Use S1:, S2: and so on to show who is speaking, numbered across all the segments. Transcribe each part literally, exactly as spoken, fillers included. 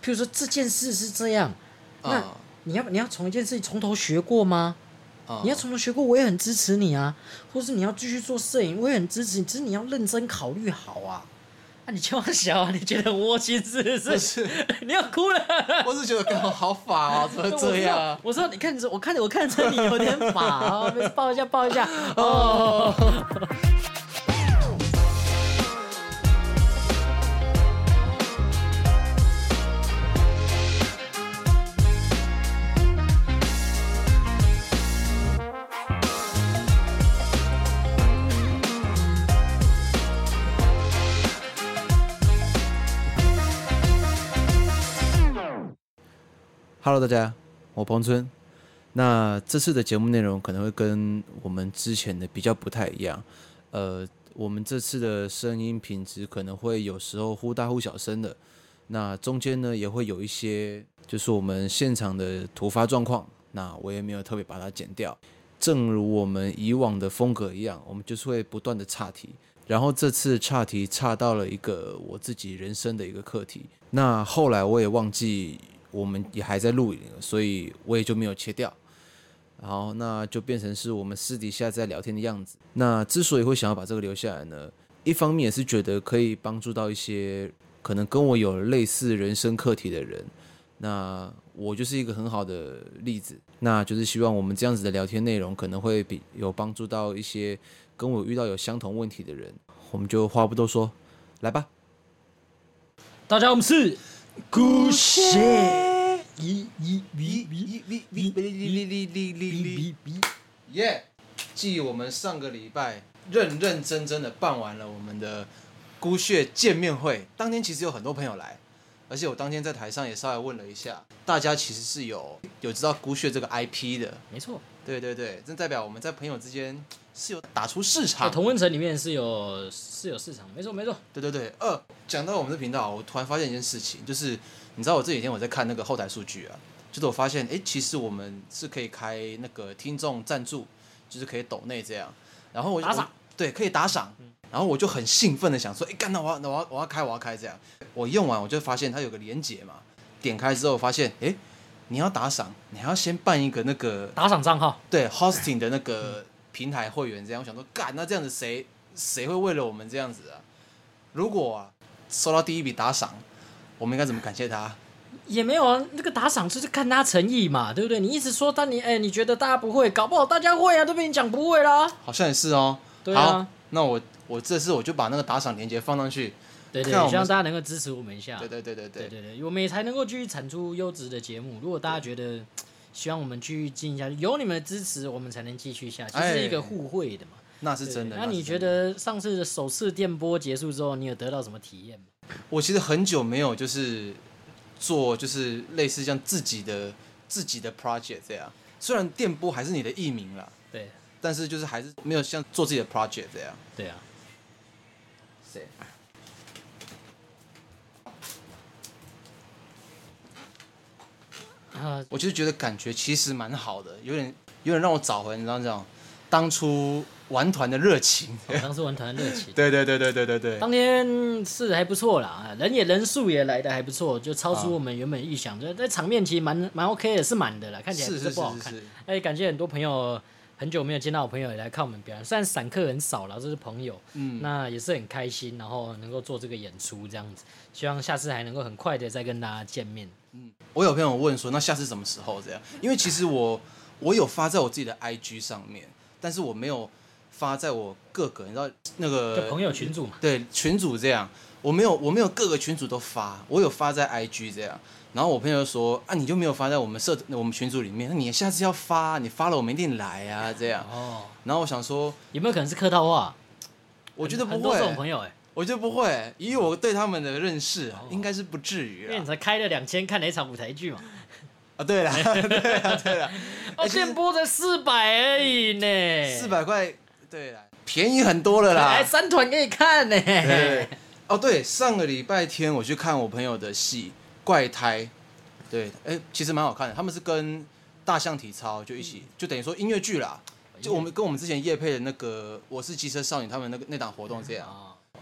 S1: 如说这件事是这样，那你要你要从一件事情从头学过吗？你要从头学过，我也很支持你啊。或是你要继续做摄影，我也很支持你，只是你要认真考虑好啊。啊，你千万小啊，你觉得很窝心是不是？
S2: 不是，
S1: 你要哭了。
S2: 我是觉得刚好好法啊，怎么这样、啊？
S1: 我说，你看，我看我看着你有点法啊，没事，抱一下，抱一下。哦。
S2: Hello， 大家，我彭春。那这次的节目内容可能会跟我们之前的比较不太一样。呃，我们这次的声音品质可能会有时候忽大忽小声的。那中间呢也会有一些，就是我们现场的突发状况。那我也没有特别把它剪掉。正如我们以往的风格一样，我们就是会不断的岔题。然后这次岔题岔到了一个我自己人生的一个课题。那后来我也忘记。我们也还在录影，所以我也就没有切掉，然后那就变成是我们私底下在聊天的样子。那之所以会想要把这个留下来呢，一方面也是觉得可以帮助到一些可能跟我有类似人生课题的人，那我就是一个很好的例子。那就是希望我们这样子的聊天内容可能会比有帮助到一些跟我遇到有相同问题的人。我们就话不多说，来吧。
S1: 大家我们是
S2: 故事，耶！继我们上个礼拜认认真真的办完了我们的菇穴见面会，当天其实有很多朋友来，而且我当天在台上也稍微问了一下，大家其实是有有知道菇穴这个 I P 的，
S1: 没错，
S2: 对对对，这代表我们在朋友之间是有打出市场，
S1: 同温层里面是有是有市场，没错没错。
S2: 对对对，二讲到我们的频道，我突然发现一件事情，就是你知道我这几天我在看那个后台数据啊，就是我发现，哎，其实我们是可以开那个听众赞助，就是可以抖内这样，然后我
S1: 打赏，
S2: 对，可以打赏，然后我就很兴奋的想说，哎，干那我要那我要我要开我要开这样，我用完我就发现它有个连结嘛，点开之后发现，哎，你要打赏，你还要先办一个那个
S1: 打赏账号，
S2: 对 hosting 的那个平台会员这样，我想说，干那这样子谁谁会为了我们这样子啊？如果啊收到第一笔打赏，我们应该怎么感谢他？
S1: 也没有啊，那个打赏就是看他诚意嘛，对不对？你一直说，但你哎、欸，你觉得大家不会，搞不好大家会啊，都被你讲不会啦。
S2: 好像也是哦。
S1: 对啊。
S2: 好，那我我这次我就把那个打赏链接放上去。
S1: 对对，希望大家能够支持我们一下。
S2: 对对对对
S1: 对对对，我们也才能够继续产出优质的节目。如果大家觉得希望我们继续进行下去，有你们的支持，我们才能继续下去，这是一个互惠的嘛。
S2: 那是真的。
S1: 那你觉得上次首次电波结束之后，你有得到什么体验吗？
S2: 我其实很久没有就是做就是类似像自己的自己的 project 这样，虽然电波还是你的艺名啦，
S1: 对，但
S2: 是就是还是没有像做自己的 project 这样。
S1: 对啊。
S2: 谁？啊，我就是觉得感觉其实蛮好的，有点有点让我找回你知道这种当初玩团的热情。
S1: 哦、当初玩团的热情。
S2: 对对对对对对对。
S1: 当天是还不错啦，人也人数也来的还不错，就超出我们原本预想。就在场面其实蛮蛮 OK 的，是满的啦，看起来不是不好看。哎，感谢很多朋友。很久没有见到我朋友也来看我们表演，虽然散客很少了，这是朋友，嗯，那也是很开心，然后能够做这个演出这样子，希望下次还能够很快的再跟大家见面。
S2: 嗯，我有朋友问说，那下次什么时候这样？因为其实我我有发在我自己的 I G 上面，但是我没有发在我各个，你知道那个
S1: 就朋友群组嘛，
S2: 对，群组这样，我没有我没有各个群组都发，我有发在 I G 这样。然后我朋友说啊，你就没有发在我们社我们群组里面，那你下次要发，你发了我们一定来啊，这样。哦。然后我想说，
S1: 有没有可能是客套话？
S2: 我觉得不会。
S1: 很多这种朋友哎。
S2: 我觉得不会，以我对他们的认识，哦、应该是不至于啦。
S1: 因为你才开了两千，看了一场舞台剧嘛。
S2: 啊，对了，对了，对了。
S1: 哦，电波才四百而已呢。
S2: 四百块，对了，便宜很多了啦。
S1: 还三团给你看呢。
S2: 对。哦，对，上个礼拜天我去看我朋友的戏。怪胎，对，哎，其实蛮好看的。他们是跟大象体操就一起，就等于说音乐剧啦。就我们跟我们之前业配的那个《我是机车少女》他们那个那档活动这样。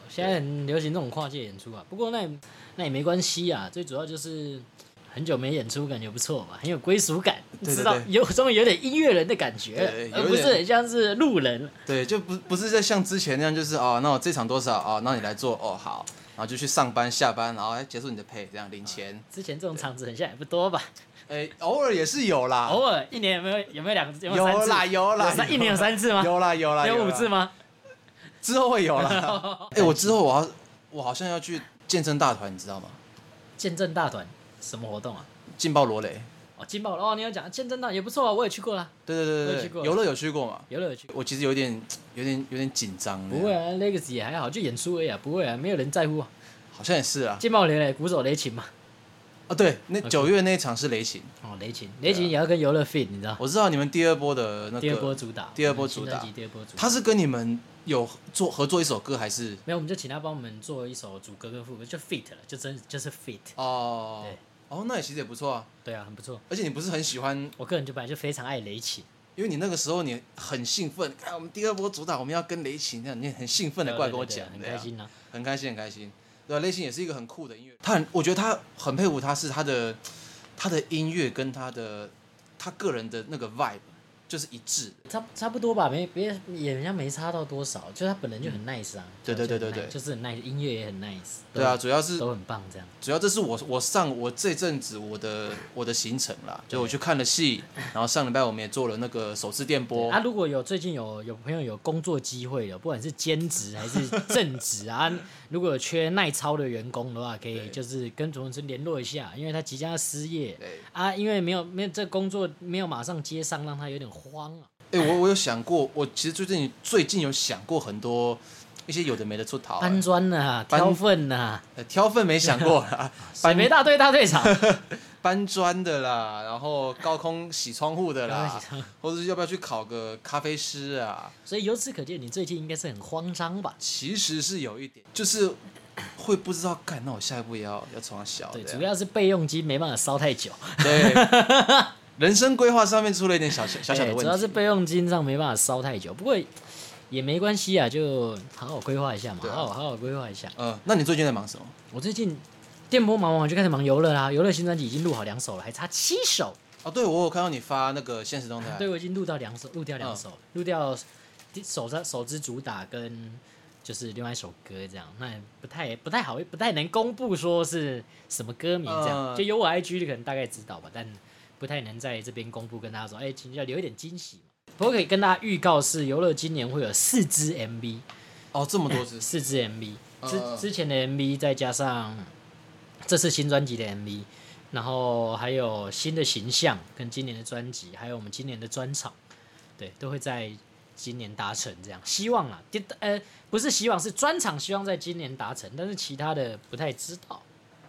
S1: 现在很流行这种跨界演出啊。不过那也那也没关系啊，最主要就是很久没演出，感觉不错嘛，很有归属感，
S2: 对对对，
S1: 知道有终于有点音乐人的感觉了，
S2: 对对，
S1: 而不是很像是路人。
S2: 对，就不不是在像之前那样，就是哦，那我这场多少哦，那你来做哦好，然后就去上班下班，然后结束你的 pay 这样领钱。
S1: 之前这种场子很像也不多吧？
S2: 哎，偶尔也是有啦，
S1: 偶尔一年有没有有没有两有没
S2: 有
S1: 三次？
S2: 啦有啦，
S1: 有一年有三次吗？
S2: 有啦有啦，
S1: 有五次吗？
S2: 之后会有啦。哎，我之后我要我好像要去见证大团，你知道吗？
S1: 见证大团什么活动啊？
S2: 劲爆罗雷。
S1: 哦，劲爆哦！你有讲见证大也不错啊，我也去过啦。
S2: 对对对对，游乐有去过吗？
S1: 游乐有去过。
S2: 我其实有点有点有点紧张。
S1: 不会啊 ，Legacy 也还好，就演出而已啊，不会啊，没有人在乎啊。
S2: 好像也是啊。
S1: 劲爆雷雷，鼓手雷琴嘛。
S2: 啊，对，那九月那一场是雷琴。
S1: 哦，雷琴，雷琴也要跟游乐 fit， 你知道？
S2: 我知道你们第二波的那个。
S1: 第二波主打。
S2: 第二波主打。
S1: 第二波主打。
S2: 他是跟你们有做合作一首歌还是？
S1: 没有，我们就请他帮我们做一首主歌跟副歌，就 fit 了，就真就是 fit。
S2: 哦。
S1: 对。
S2: 哦，那也其实也不错啊。
S1: 对啊，很不错。
S2: 而且你不是很喜欢？
S1: 我个人就本来就非常爱雷琴，
S2: 因为你那个时候你很兴奋，看我们第二波主打我们要跟雷琴这样，你很兴奋的过来跟我讲，
S1: 很开心啊，
S2: 很开心很开心。对啊，雷琴也是一个很酷的音乐，他很，我觉得他很佩服他是他的他的音乐跟他的他个人的那个 vibe。就是一致，
S1: 差差不多吧，没别也人家没差到多少，就是他本人就很 nice 啊，
S2: 嗯、对对对对对，
S1: 就是很 nice， 音乐也很 nice，
S2: 对啊，主要是
S1: 都很棒这样。
S2: 主要这是我我上我这阵子我的我的行程啦，就我去看了戏，然后上礼拜我们也做了那个首次电波。
S1: 啊，如果有最近有有朋友有工作机会的，不管是兼职还是正职啊，如果有缺耐操的员工的话，可以就是跟卓文春联络一下，因为他即将要失业啊，因为没有没有这工作没有马上接上，让他有点慌啊。
S2: 哎、欸，我我有想过，我其实最近最近有想过很多一些有的没的出逃，
S1: 搬砖呐，挑粪呐，
S2: 呃，挑粪没想过啦，
S1: 水煤大队大队长，
S2: 搬砖的啦，然后高空洗窗户的啦，或者是要不要去考个咖啡师啊？
S1: 所以由此可见，你最近应该是很慌张吧？
S2: 其实是有一点，就是会不知道干，那我下一步要要从哪小？
S1: 对，主要是备用金没办法烧太久。
S2: 对。人生规划上面出了一点小小小的问题，
S1: 主要是备用金上没办法烧太久，不过也没关系啊，就好好规划一下嘛，啊、好好好好规划一下。
S2: 嗯、呃，那你最近在忙什么？
S1: 我最近电波忙完就开始忙游乐啦，游乐新专辑已经录好两首了，还差七首。
S2: 哦，对，我有看到你发那个限时动态。
S1: 对，我已经录到两首，录掉两首，录、嗯、掉首首支主打跟就是另外一首歌这样，那不太不太好，不太能公布说是什么歌名这样，嗯、就有我 I G 可能大概知道吧，但。不太能在这边公布，跟大家说，哎、欸，请要留一点惊喜嘛。不过可以跟大家预告是，游乐今年会有四支 M V，
S2: 哦，这么多支，
S1: 四支 M V， 之、
S2: 呃、
S1: 之前的 M V 再加上这次新专辑的 M V， 然后还有新的形象跟今年的专辑，还有我们今年的专场，对，都会在今年达成这样，希望啦，呃，不是希望，是专场希望在今年达成，但是其他的不太知道。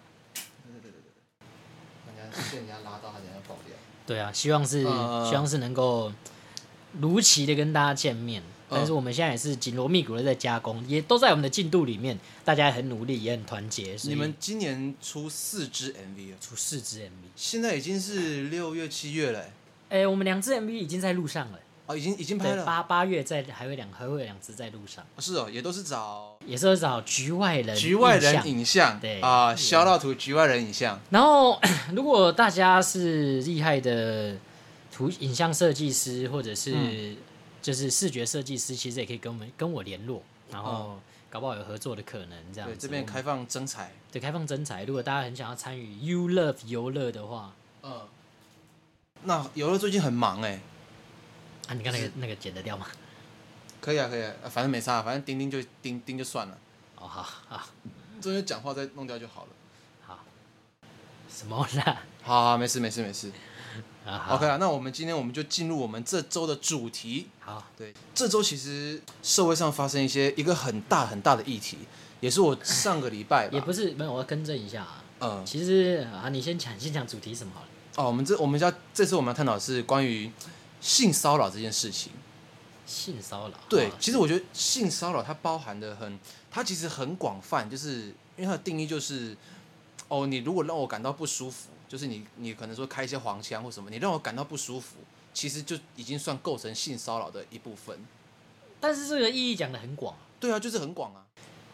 S2: 被人家拉到，他等下爆掉。
S1: 对啊，希望是、呃、希望是能够如期的跟大家见面，呃、但是我们现在也是紧锣密鼓的在加工，也都在我们的进度里面，大家很努力，也很团结。
S2: 你们今年出四支 M V 了？
S1: 出四支 M V，
S2: 现在已经是六月七月了。
S1: 哎、欸，我们两支 M V 已经在路上了。
S2: 哦，已经已经拍了。
S1: 八八月在还会两还会有两支在路上。
S2: 是哦，也都是找
S1: 也是找局外人
S2: 局外人影像，对啊，shout out to局外人影像。
S1: 然后如果大家是厉害的图影像设计师或者是、嗯、就是视觉设计师，其实也可以跟我们跟我联络，然后搞不好有合作的可能这样子。
S2: 对，这边开放征才。
S1: 对，开放征才。如果大家很想要参与 You Love 游乐的话，
S2: 嗯，那游乐最近很忙哎、欸。
S1: 啊，你看那个、就是、那个剪得掉吗？
S2: 可以啊，可以啊，反正没差，反正钉钉就钉钉就算了。
S1: 哦，好好，
S2: 中间讲话再弄掉就好了。
S1: 好，什么啦？
S2: 好好，没事没事没事。
S1: 啊
S2: OK 啊，那我们今天我们就进入我们这周的主题。
S1: 好，
S2: 对，这周其实社会上发生一些一个很大很大的议题，也是我上个礼拜吧。
S1: 也不是，没有，我要更正一下啊。
S2: 嗯，
S1: 其实啊，你先讲，先讲主题什么好了。
S2: 哦，我们这我们要这次我们要探讨的是关于性骚扰这件事情。
S1: 性骚扰，
S2: 对，其实我觉得性骚扰它包含的很，它其实很广泛，就是因为它的定义就是，哦，你如果让我感到不舒服，就是你你可能说开一些黄腔或什么，你让我感到不舒服，其实就已经算构成性骚扰的一部分。
S1: 但是这个意义讲得很广。
S2: 对啊，就是很广啊。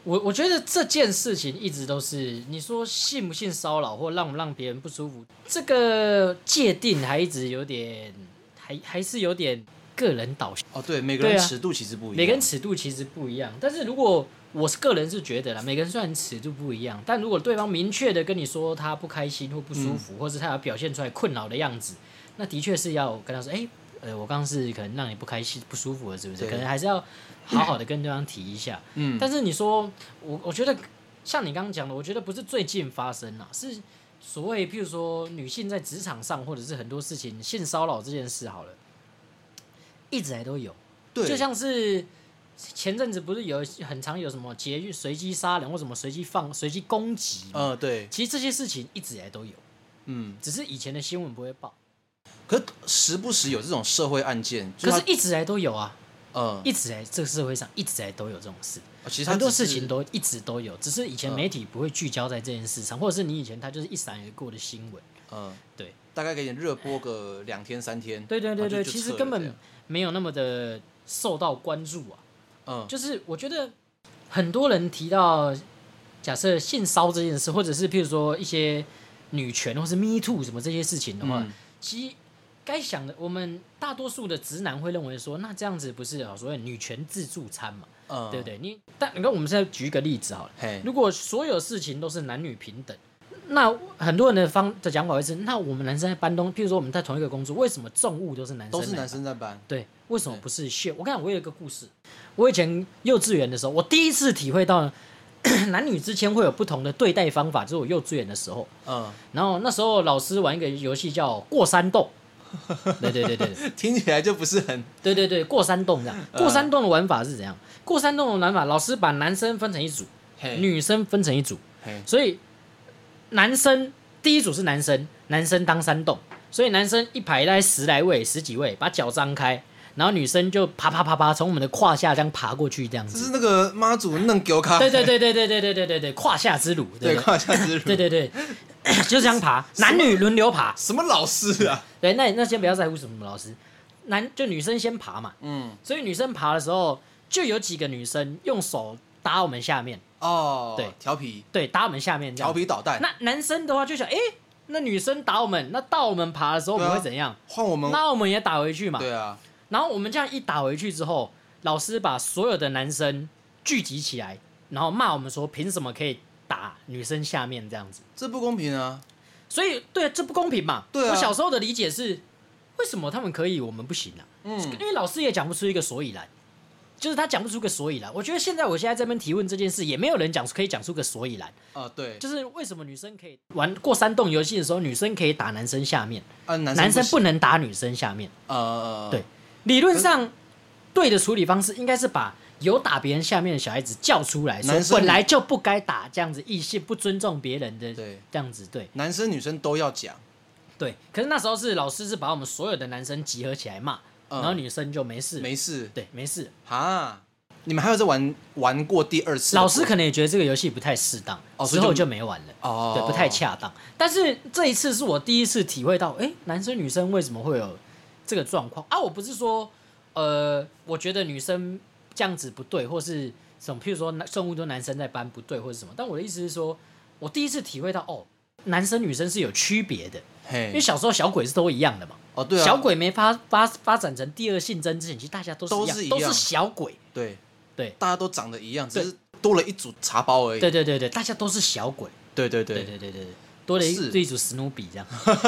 S1: 我我觉得这件事情一直都是，你说性不性骚扰或让不让别人不舒服，这个界定还一直有点，还还是有点个人导向。
S2: 哦，对，每个人尺度其实不一样，
S1: 每个人尺度其实不一样。但是如果我是个人是觉得啦，每个人虽然尺度不一样，但如果对方明确的跟你说他不开心或不舒服，嗯、或是他有表现出来困扰的样子，那的确是要跟他说，哎、欸。呃，我刚刚是可能让你不开心、不舒服了，是不是？可能还是要好好的跟对方提一下。嗯。但是你说，我我觉得像你刚刚讲的，我觉得不是最近发生啊，是所谓譬如说女性在职场上，或者是很多事情性骚扰这件事，好了，一直来都有。对。就像是前阵子不是有很常有什么捷运随机杀人或什么随机放、随机攻击？嗯、呃，对。其实这些事情一直以来都有。嗯。只是以前的新闻不会报。
S2: 可是时不时有这种社会案件，
S1: 可是一直来都有啊，嗯，一直来这个社会上一直来都有这种事，哦、其实很多事情都一直都有，只是以前媒体不会聚焦在这件事上，嗯、或者是你以前它就是一闪而过的新闻，嗯，对，
S2: 大概给你热播个两天三天，
S1: 对对对对，其实根本没有那么的受到关注啊，嗯，就是我觉得很多人提到假设性骚这件事，或者是譬如说一些女权或是 Me Too 什么这些事情的话，嗯、其实。该想的，我们大多数的直男会认为说，那这样子不是所谓女权自助餐嘛，嗯、对不对？你但你看，我们现在举一个例子好了，如果所有事情都是男女平等，那很多人的方的讲法会是，那我们男生在搬东，譬如说我们在同一个工作，为什么重物都是男生？
S2: 都是男生在搬？
S1: 对，为什么不是秀？我跟你讲，我有一个故事，我以前幼稚园的时候，我第一次体会到男女之间会有不同的对待方法，就是我幼稚园的时候，嗯，然后那时候老师玩一个游戏叫过山洞。对对对对，
S2: 听起来就不是很
S1: 对对对，过山洞这样。过山洞的玩法是怎样？过山洞的玩法，老师把男生分成一组，女生分成一组，所以男生第一组是男生，男生当山洞，所以男生一排大概十来位、十几位，把脚张开，然后女生就爬爬爬爬从我们的胯下这样爬过去，这样子。
S2: 这是那个妈祖弄给我看。
S1: 对对对对对对对对对对，胯下之路。
S2: 对胯下之路。
S1: 对对对。就这样爬，男女轮流爬。
S2: 什么老师啊？
S1: 对，那那先不要在乎什么老师，男就女生先爬嘛。嗯。所以女生爬的时候，就有几个女生用手打我们下面。
S2: 哦。对，调皮。
S1: 对，打我们下面这样。
S2: 调皮捣蛋。
S1: 那男生的话就想，哎、欸，那女生打我们，那到我们爬的时候我们会怎样？
S2: 换、啊、我们。
S1: 那我们也打回去嘛。
S2: 对啊。
S1: 然后我们这样一打回去之后，老师把所有的男生聚集起来，然后骂我们说，凭什么可以打女生下面这样子？
S2: 这不公平啊！
S1: 所以，对，这不公平嘛？
S2: 对啊。
S1: 我小时候的理解是，为什么他们可以，我们不行啊？嗯。因为老师也讲不出一个所以然，就是他讲不出个所以然。我觉得现在我现在这边提问这件事，也没有人讲可以讲出个所以然。
S2: 啊、呃，对。
S1: 就是为什么女生可以玩过山洞游戏的时候，女生可以打男生下面，
S2: 啊、男生
S1: 男生不能打女生下面。
S2: 呃，
S1: 对。理论上，对的处理方式应该是把有打别人下面的小孩子叫出来，说本来就不该打，这样子异性不尊重别人的，对，这样子对。
S2: 男生女生都要讲，
S1: 对。可是那时候是老师是把我们所有的男生集合起来骂，嗯、然后女生就没事，
S2: 没事，
S1: 对，没事。
S2: 哈，你们还有在玩玩过第二次？
S1: 老师可能也觉得这个游戏不太适当，哦、之后就没玩了，哦，对，不太恰当。但是这一次是我第一次体会到，哎，男生女生为什么会有这个状况啊？我不是说，呃，我觉得女生这样子不对，或是什么，譬如说生物多男生在搬不对，或是什么。但我的意思是说，我第一次体会到，哦，男生女生是有区别的，因为小时候小鬼是都一样的嘛。
S2: 哦，对啊。
S1: 小鬼没发发发展成第二性征之前，其实大家都是一样，都是一样，都是小鬼。
S2: 对
S1: 对，
S2: 大家都长得一样，只是多了一组茶包而已。
S1: 对对对对，大家都是小鬼。
S2: 对对对
S1: 对对对对。多了 一, 一组史努比这样，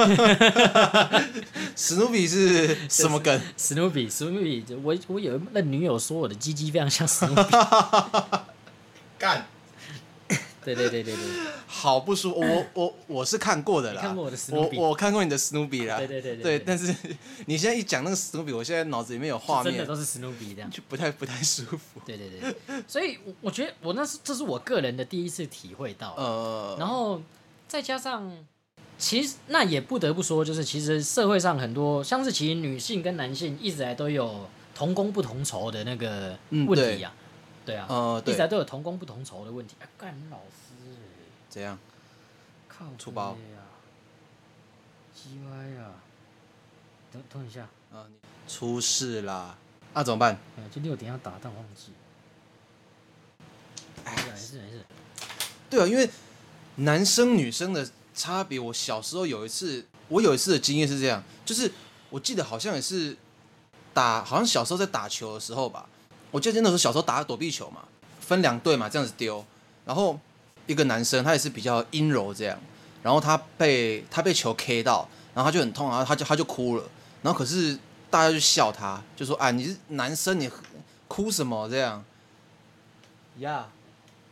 S2: 史努比是什么梗？
S1: 史努比，史努比，我我有任女友说我的鸡鸡非常像史努比，
S2: 干，
S1: 对对对对对，
S2: 好不舒服。我我我是看过的啦，
S1: 看过我的史努比，
S2: 我我看过你的史努比啦，
S1: 对对对
S2: 对, 对, 对, 对，但是你现在一讲那个史努比，我现在脑子里面有画面，
S1: 真的都是史努比这样，
S2: 就不太不太舒服。
S1: 对对对，所以我觉得我那是这是我个人的第一次体会到，呃，然后。再加上，其实那也不得不说，就是其实社会上很多，像是其实女性跟男性一直来都有同工不同酬的那个问题啊，嗯、对, 对啊，呃，一直来都有同工不同酬的问题。哎、啊，干老师、欸，
S2: 怎样？
S1: 靠
S2: 出包
S1: 呀，鸡歪呀！等等一下，
S2: 啊，你出事啦！啊，怎么办？
S1: 哎，就六点要打，但忘记。 没事没事没事。
S2: 对啊，因为男生女生的差别，我小时候有一次，我有一次的经验是这样，就是我记得好像也是打，好像小时候在打球的时候吧，我记得那时候小时候打躲避球嘛，分两队嘛，这样子丢，然后一个男生他也是比较阴柔这样，然后他被他被球 K 到，然后他就很痛，然后他就他就哭了，然后可是大家就笑他，就说啊你是男生你哭什么这样，呀、yeah.。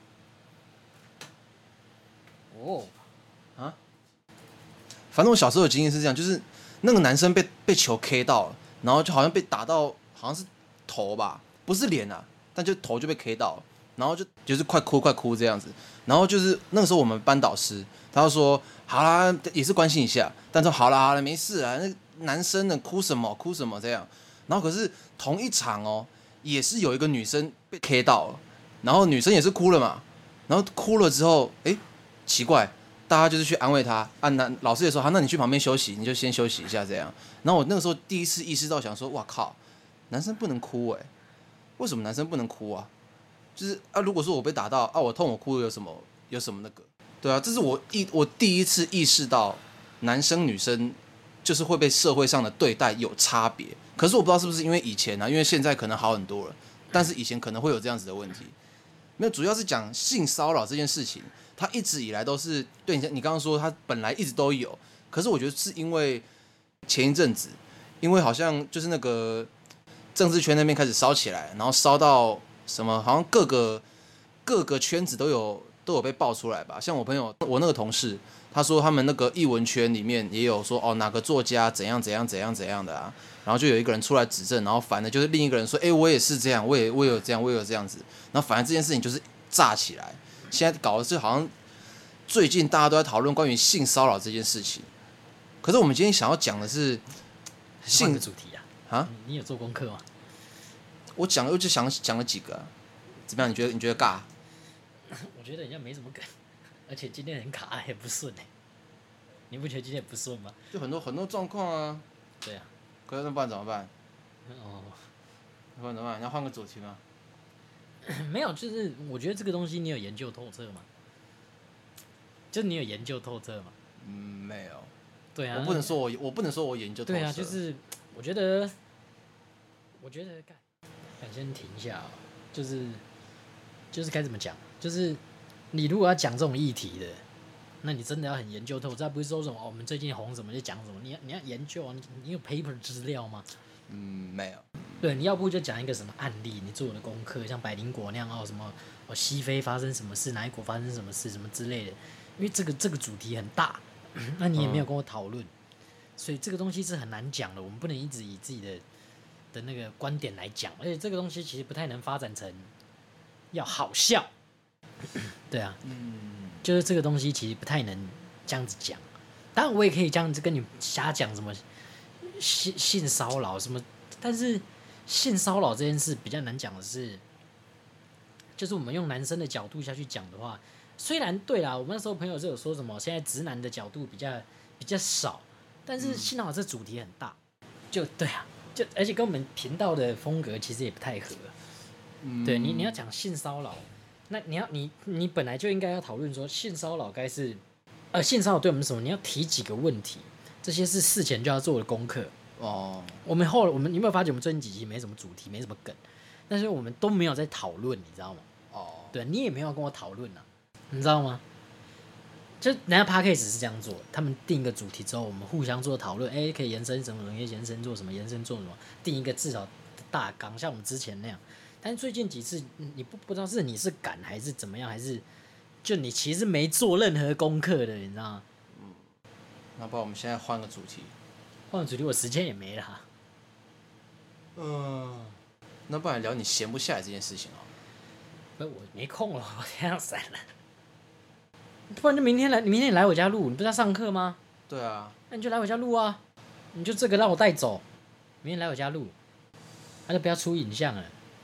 S1: 哦，
S2: 啊，反正我小时候的经验是这样，就是那个男生被被球 K 到了，然后就好像被打到，好像是头吧，不是脸啊，但就头就被 K 到了，然后就就是快哭快哭这样子，然后就是那个时候我们班导师他就说，好啦，也是关心一下，但说好啦好啦没事啊，那男生呢哭什么哭什么这样，然后可是同一场哦，也是有一个女生被 K 到了，然后女生也是哭了嘛，然后哭了之后，哎。奇怪，大家就是去安慰他啊。男老师也说好，那你去旁边休息，你就先休息一下这样。然后我那个时候第一次意识到，想说，哇靠，男生不能哭哎、欸，为什么男生不能哭啊？就是啊，如果说我被打到啊，我痛我哭有什么有什么那个？对啊，这是我一我第一次意识到男生女生就是会被社会上的对待有差别。可是我不知道是不是因为以前啊，因为现在可能好很多了，但是以前可能会有这样子的问题。没有，主要是讲性骚扰这件事情。他一直以来都是对你，你刚刚说他本来一直都有，可是我觉得是因为前一阵子，因为好像就是那个政治圈那边开始烧起来，然后烧到什么，好像各个各个圈子都有都有被爆出来吧。像我朋友，我那个同事，他说他们那个艺文圈里面也有说哦哪个作家怎样怎样怎样怎样的啊，然后就有一个人出来指证，然后反的就是另一个人说，哎、欸、我也是这样，我也我也有这样，我也有这样子，然后反正这件事情就是炸起来。现在搞的是好像最近大家都在讨论关于性骚扰这件事情，可是我们今天想要讲的是
S1: 性的主题啊！
S2: 啊，
S1: 你有做功课吗？
S2: 我讲我就想讲了几个、啊，怎么样？你觉得你觉得尬？
S1: 我觉得人家没什么梗，而且今天很卡，很不顺哎。你不觉得今天很不顺吗？
S2: 就很多很多状况啊。
S1: 对啊。
S2: 可是那不然怎么办？
S1: 哦。
S2: 不然怎么办？你要换个主题吗？
S1: 没有，就是我觉得这个东西你有研究透彻吗？就是你有研究透彻吗？
S2: 嗯，没有。
S1: 对啊，
S2: 我不能说我我不能说我研究透彻。
S1: 对啊，就是我觉得，我觉得干，干先停一下、喔，就是就是该怎么讲？就是你如果要讲这种议题的，那你真的要很研究透彻，不是说什么、哦、我们最近红什么就讲什么，你要你要研究啊，你你有 paper 资料吗？
S2: 嗯，没有。
S1: 对，你要不就讲一个什么案例，你做的功课，像百灵果那样哦，什么哦西非发生什么事，哪一国发生什么事，什么之类的。因为这个这个主题很大，那你也没有跟我讨论、嗯，所以这个东西是很难讲的。我们不能一直以自己的的那个观点来讲，而且这个东西其实不太能发展成要好笑。对啊，嗯，就是这个东西其实不太能这样子讲。当然我也可以这样子跟你瞎讲什么性性骚扰什么，但是。性骚扰这件事比较难讲的是，就是我们用男生的角度下去讲的话，虽然对啦，我们那时候朋友是有说什么，现在直男的角度比较比较少，但是性骚扰这主题很大，就对啊，就而且跟我们频道的风格其实也不太合。嗯、对你你要讲性骚扰，那你要你你本来就应该要讨论说性骚扰该是，呃，性骚扰对我们是什么？你要提几个问题，这些是事前就要做的功课。哦，我们后来我们有没有发觉我们最近几集没什么主题，没什么梗，但是我们都没有在讨论，你知道吗？哦，对你也没有跟我讨论啊，你知道吗？就人家 podcast 是这样做，他们定一个主题之后，我们互相做讨论，哎，可以延伸什么，可以延伸做什么，延伸做什么，定一个至少大纲，像我们之前那样。但是最近几次，你不不知道是你是赶还是怎么样，还是就你其实没做任何功课的，你知道吗？
S2: 嗯，那不然我们现在换个主题。
S1: 换主题，我时间也没了、啊。
S2: 嗯、呃，那不然聊你闲不下来这件事情好了。
S1: 不，我没空了，我这样散了。不然就明天来，明天你来我家录，你不是要上课吗？
S2: 对啊。
S1: 那你就来我家录啊，你就这个让我带走，明天来我家录，那、啊、就不要出影像了。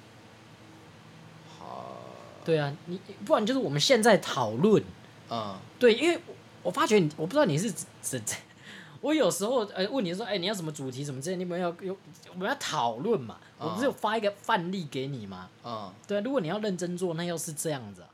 S2: 好。
S1: 对啊，你不然就是我们现在讨论。嗯。对，因为我发觉你，我不知道你是怎。我有时候呃问你说，哎、欸，你要什么主题什么之类，你们要有我们要讨论嘛？我不是有发一个范例给你吗？嗯，对啊，如果你要认真做，那要是这样子、啊，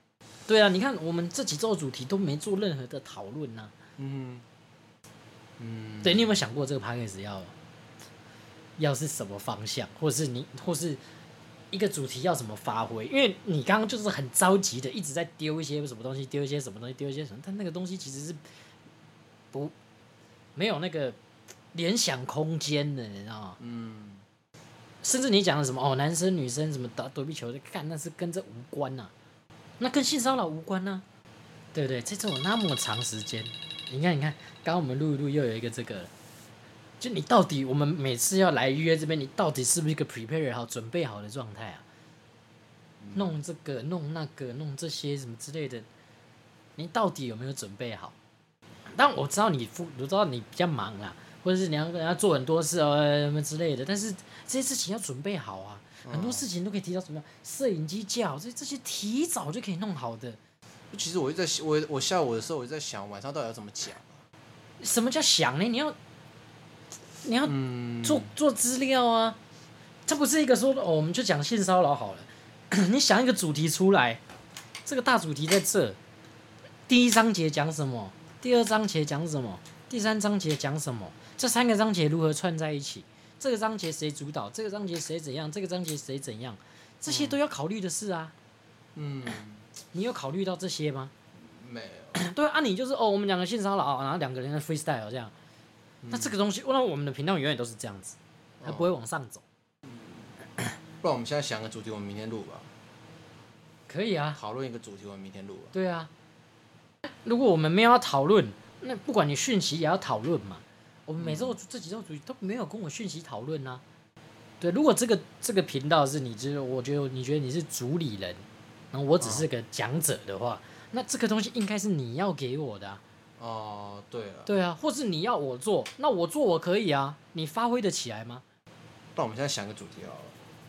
S1: 对啊，你看我们这几周的主题都没做任何的讨论呐。嗯嗯，对，你有没有想过这个 podcast 要要是什么方向，或是你或是一个主题要怎么发挥？因为你刚刚就是很着急的一直在丢一些什么东西，丢一些什么东西，丢一些什么，但那个东西其实是不没有那个联想空间的，你知道吗？嗯。甚至你讲的什么哦，男生女生什么打躲避球，干那是跟这无关呐、啊，那跟性骚扰无关呐、啊，对不对？在这种那么长时间，你看，你看，刚刚我们录一录又有一个这个，就你到底我们每次要来约这边，你到底是不是一个 prepare 好、准备好的状态啊？弄这个，弄那个，弄这些什么之类的，你到底有没有准备好？但我知道你，我知道你比较忙啦。或者是你要跟人家做很多事哦什么之类的，但是这些事情要准备好啊，嗯、很多事情都可以提到什么摄影机架好，这这些提早就可以弄好的。
S2: 其实我一直在我我下午的时候我一直在想晚上到底要怎么讲、啊。
S1: 什么叫想呢？你要你要做、嗯、做资料啊，这不是一个说哦，我们就讲性骚扰好了。你想一个主题出来，这个大主题在这，第一章节讲什么？第二章节讲什么？第三章节讲什么？这三个章节如何串在一起？这个章节谁主导？这个章节谁怎样？这个章节谁怎样？这些都要考虑的事啊。嗯，你有考虑到这些吗？
S2: 没有。
S1: 对啊，你就是哦，我们两个性骚扰，然后两个人的 freestyle 这样。嗯、那这个东西，那我们的频道永远都是这样子，它不会往上走。
S2: 哦、不然我们现在想个主题，我们明天录吧。
S1: 可以啊。
S2: 讨论一个主题，我们明天录吧。
S1: 对啊。如果我们没有要讨论，那不管你讯息也要讨论嘛。我们每周这几周主题都没有跟我讯息讨论啊。对，如果这个这个频道是你就是，我觉得你觉得你是主理人，然后我只是个讲者的话，哦、那这个东西应该是你要给我的啊。
S2: 哦，对了。
S1: 对啊，或是你要我做，那我做我可以啊，你发挥得起来吗？
S2: 那我们现在想个主题好了。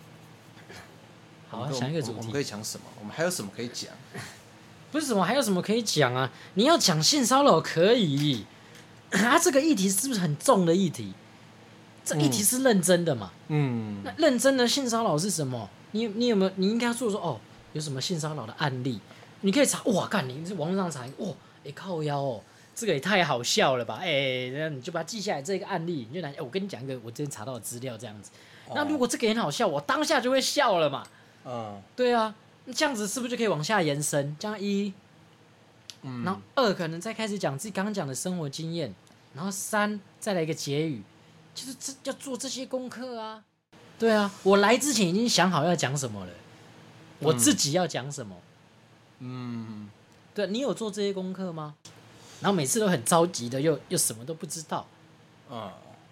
S1: 好啊，想一个主题。
S2: 我们可以讲什么？我们还有什么可以讲？
S1: 不是什么，还有什么可以讲啊？你要讲性骚扰可以。啊，这个议题是不是很重的议题？这议题是认真的嘛？嗯，那认真的性骚扰是什么？你你有没有？你应该要做说哦，有什么性骚扰的案例？你可以查哇，干你是网络上查哇，哎、欸、靠腰哦，这个也太好笑了吧？哎、欸，然后你就把它记下来这个案例，你就拿、欸、我跟你讲一个我之前查到的资料这样子。哦、那如果这个很好笑，我当下就会笑了嘛。嗯，对啊，那这样子是不是就可以往下延伸？这样一。嗯、然后二可能再开始讲自己刚刚讲的生活经验，然后三再来一个结语，就是这要做这些功课啊。对啊，我来之前已经想好要讲什么了，我自己要讲什么。嗯，对，你有做这些功课吗？然后每次都很着急的，又又什么都不知道。嗯，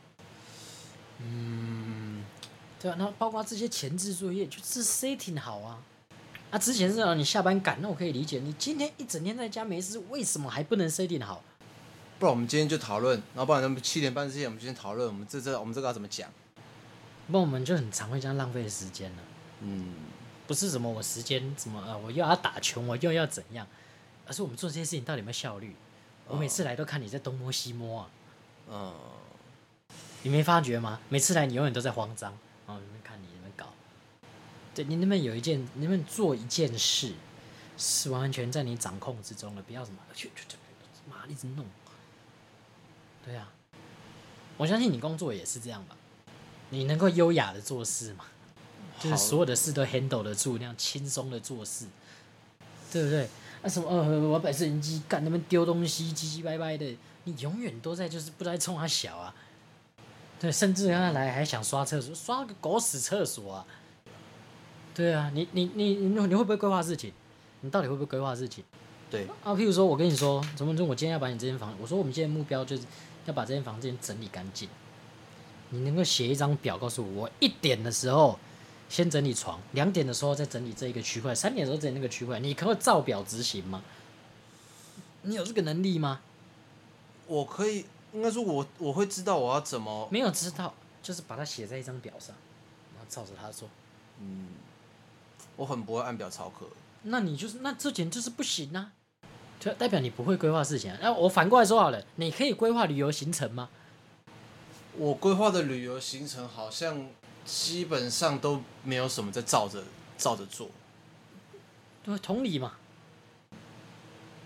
S1: 嗯，对啊，然后包括这些前置作业，就是 setting 好啊。啊，之前是让你下班赶，那我可以理解。你今天一整天在家没事，为什么还不能 setting 好？
S2: 不然我们今天就讨论，然后不然我们七点半之前我们今天讨论，我们这这我们这个要怎么讲？
S1: 不然我们就很常会这样浪费时间了。嗯，不是什么我时间什么呃，我又要打球，我又要怎样，而是我们做这些事情到底有没有效率？我每次来都看你在东摸西摸啊。嗯，你没发觉吗？每次来你永远都在慌张，然后你们看你你们搞。对，你能不能有一件，你能不能做一件事，是完全在你掌控之中的，不要什么去去去，妈一直弄。对啊，我相信你工作也是这样吧？你能够优雅的做事吗？就是所有的事都 handle 得住，那样轻松的做事，对不对？那、啊、什么呃，我摆摄影机干那边丢东西，唧唧歪歪的，你永远都在就是不知道在冲他小啊。对，甚至他来还想刷厕所，刷个狗屎厕所啊！对啊，你你你你你会不会规划事情？你到底会不会规划事情？
S2: 对
S1: 啊，譬如说我跟你说，怎么说？我今天要把你这间房，我说我们今天的目标就是要把这间房间整理干净。你能够写一张表告诉我，我一点的时候先整理床，两点的时候再整理这一个区块，三点的时候整理那个区块，你可以照表执行吗？你有这个能力吗？
S2: 我可以，应该说我我会知道我要怎么。
S1: 没有知道，就是把它写在一张表上，然后照着它做。
S2: 嗯。我很不会按表操课，
S1: 那你就是那这点就是不行啊，就代表你不会规划事情啊。那我反过来说好了，你可以规划旅游行程吗？
S2: 我规划的旅游行程好像基本上都没有什么在照着照着做。
S1: 对，同理嘛。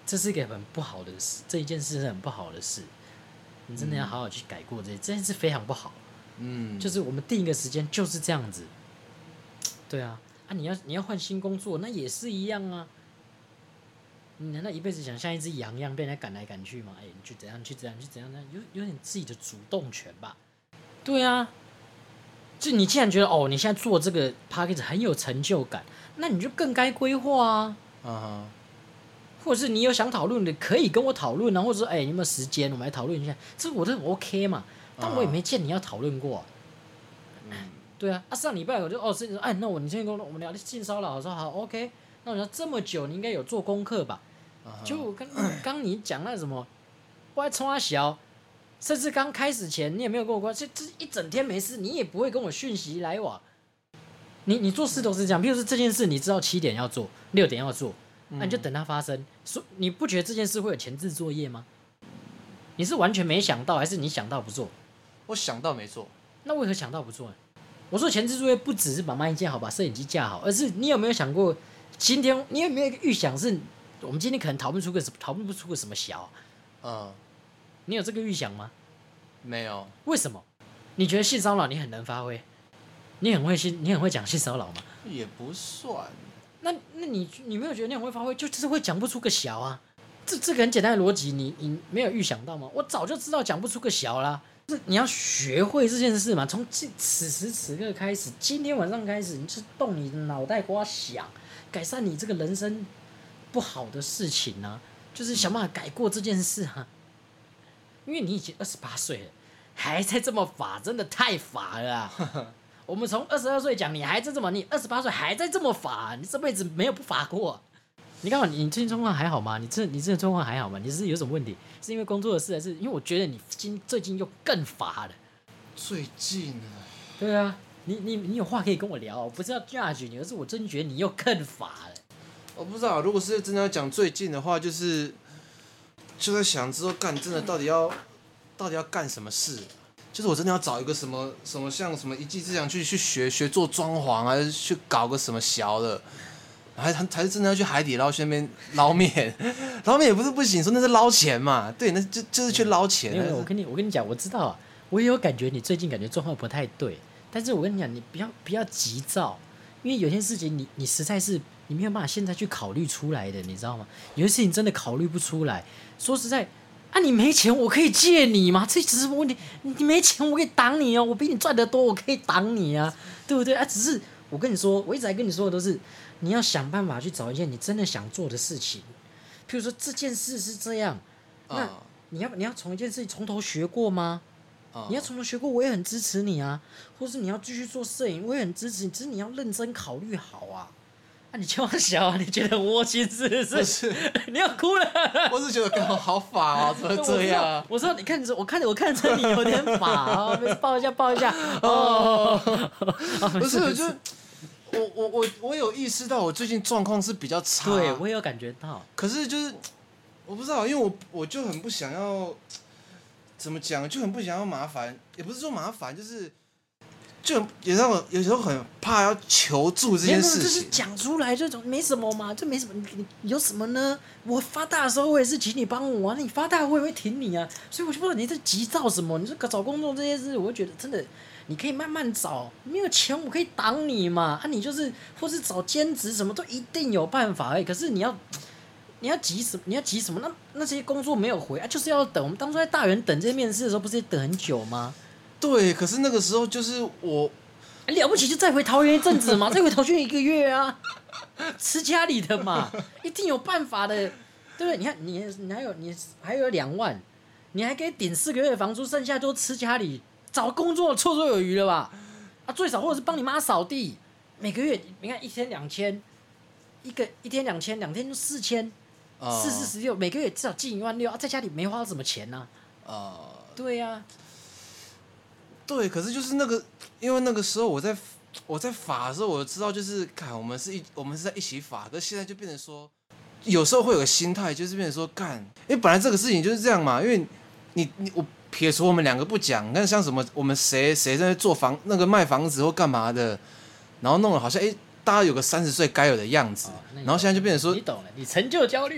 S1: 这是一个很不好的事，这一件事是很不好的事，你真的要好好去改过这、嗯、这件事非常不好。嗯，就是我们定一个时间就是这样子。对啊，啊你要你要换新工作，那也是一样啊。你难道一辈子想像一只羊一样被人家赶来赶去吗？哎、欸，你去怎样去怎样去怎样，有有点自己的主动权吧？对啊，就你既然觉得哦，你现在做这个 package 很有成就感，那你就更该规划啊。啊、uh-huh. 或者是你有想讨论的，可以跟我讨论啊，或者说哎、欸，你有没有时间，我们来讨论一下，这我都很 OK 嘛。但我也没见你要讨论过、啊。Uh-huh. 对啊，啊上礼拜我就哦，是哎，那我你先跟我我们聊性骚扰，我说好 OK。那我说这么久，你应该有做功课吧？就我刚刚你讲那什么，我还冲他小，甚至刚开始前你也没有跟我说，这这一整天没事，你也不会跟我讯息来往。你你做事都是这样，比如说这件事你知道七点要做，六点要做，那、啊、你就等它发生。说你不觉得这件事会有前置作业吗？你是完全没想到，还是你想到不做？
S2: 我想到没做。
S1: 那为何想到不做呢？我说前置作业不只是把麦架好，把摄影机架好，而是你有没有想过，今天你有没有一个预想是？我们今天可能讨论出个什讨论不出个什么小，嗯，你有这个预想吗？
S2: 没有。
S1: 为什么？你觉得性骚扰你很能发挥？你很会性，你很会讲性骚扰吗？
S2: 也不算。
S1: 那那你你没有觉得你很会发挥，就是会讲不出个小啊？这这个很简单的逻辑，你你没有预想到吗？我早就知道讲不出个小啦。是你要学会这件事嘛？从此时此刻开始，今天晚上开始，你就动你的脑袋瓜想，改善你这个人生不好的事情呢、啊，就是想办法改过这件事啊。因为你已经二十八岁了，还在这么法，真的太法了啊！我们从二十二岁讲，你还在这么，你二十八岁还在这么法，你这辈子没有不法过。你刚好，你最近状况还好吗？你这你这状况还好吗？你是有什么问题？是因为工作的事，还是因为我觉得你今最近又更法了？
S2: 最近啊？
S1: 对啊，你你你有话可以跟我聊，我不是要 judge 你，而是我真觉得你又更法了。
S2: 我不知道，如果是真的要讲最近的话，就是就在想之后干真的到底要到底要干什么事？就是我真的要找一个什么什么像什么一技之长去去学学做装潢，还是去搞个什么小的，还还是真的要去海底捞去那边捞面，捞面也不是不行，说那是捞钱嘛，对，那就就是去捞钱。
S1: 没有，我跟你我跟你讲，我知道啊，我也有感觉你最近感觉状况不太对，但是我跟你讲，你不要不要急躁，因为有些事情你你实在是。你没有办法现在去考虑出来的，你知道吗？有些事情真的考虑不出来。说实在，啊，你没钱，我可以借你吗？这只是问题。你没钱，我可以挡你哦，我比你赚得多，我可以挡你啊，对不对啊？只是我跟你说，我一直在跟你说的都是，你要想办法去找一件你真的想做的事情。譬如说这件事是这样，那你要你要从一件事情从头学过吗？你要从头学过，我也很支持你啊。或是你要继续做摄影，我也很支持你，只是你要认真考虑好啊。啊，你千万小啊！你觉得很窝心是不是？不是，你要哭了。
S2: 我是觉得刚好好法啊，怎么这样？
S1: 我说，你看着，我看着，我看着你有点法啊，抱一下，抱一下。哦，
S2: 不是，就是我我我我有意识到我最近状况是比较差，
S1: 对我也有感觉到。
S2: 可是就是我不知道，因为我我就很不想要，怎么讲，就很不想要麻烦，也不是说麻烦，就是。就有时候有时候很怕要求助这件事情，
S1: 就是讲出来这种没什么嘛，这没什么，你你有什么呢？我发大的时候我也是请你帮我啊，你发大我也会挺你啊，所以我就不知道你在急躁什么。你说找工作这些事，我就觉得真的你可以慢慢找，没有钱我可以挡你嘛，啊你就是或是找兼职什么都一定有办法哎，可是你要你要急什么？你要急什么？那那些工作没有回啊，就是要等。我们当初在大园等这些面试的时候，不是也等很久吗？
S2: 对，可是那个时候就是我
S1: 了不起就再回桃园一阵子嘛，再回桃园一个月啊，吃家里的嘛，一定有办法的，对不对？你看你你还有你还有两万，你还可以顶四个月的房租，剩下都吃家里，找工作绰绰有余了吧？啊，最少或者是帮你妈扫地，每个月你看一天两千，一个一天两千，两天就四千，四四十六，每个月至少进一万六啊，在家里没花什么钱呢、啊？啊、呃，对呀、啊。
S2: 对，可是就是那个，因为那个时候我在我在法的时候，我知道就是看我们是一我们是在一起法，可是现在就变成说，有时候会有个心态，就是变成说干，因为本来这个事情就是这样嘛，因为你你我撇除我们两个不讲，那像什么我们谁谁在做房那个卖房子或干嘛的，然后弄了好像哎大家有个三十岁该有的样子、哦，然后现在就变成说
S1: 你懂了，你成就焦虑。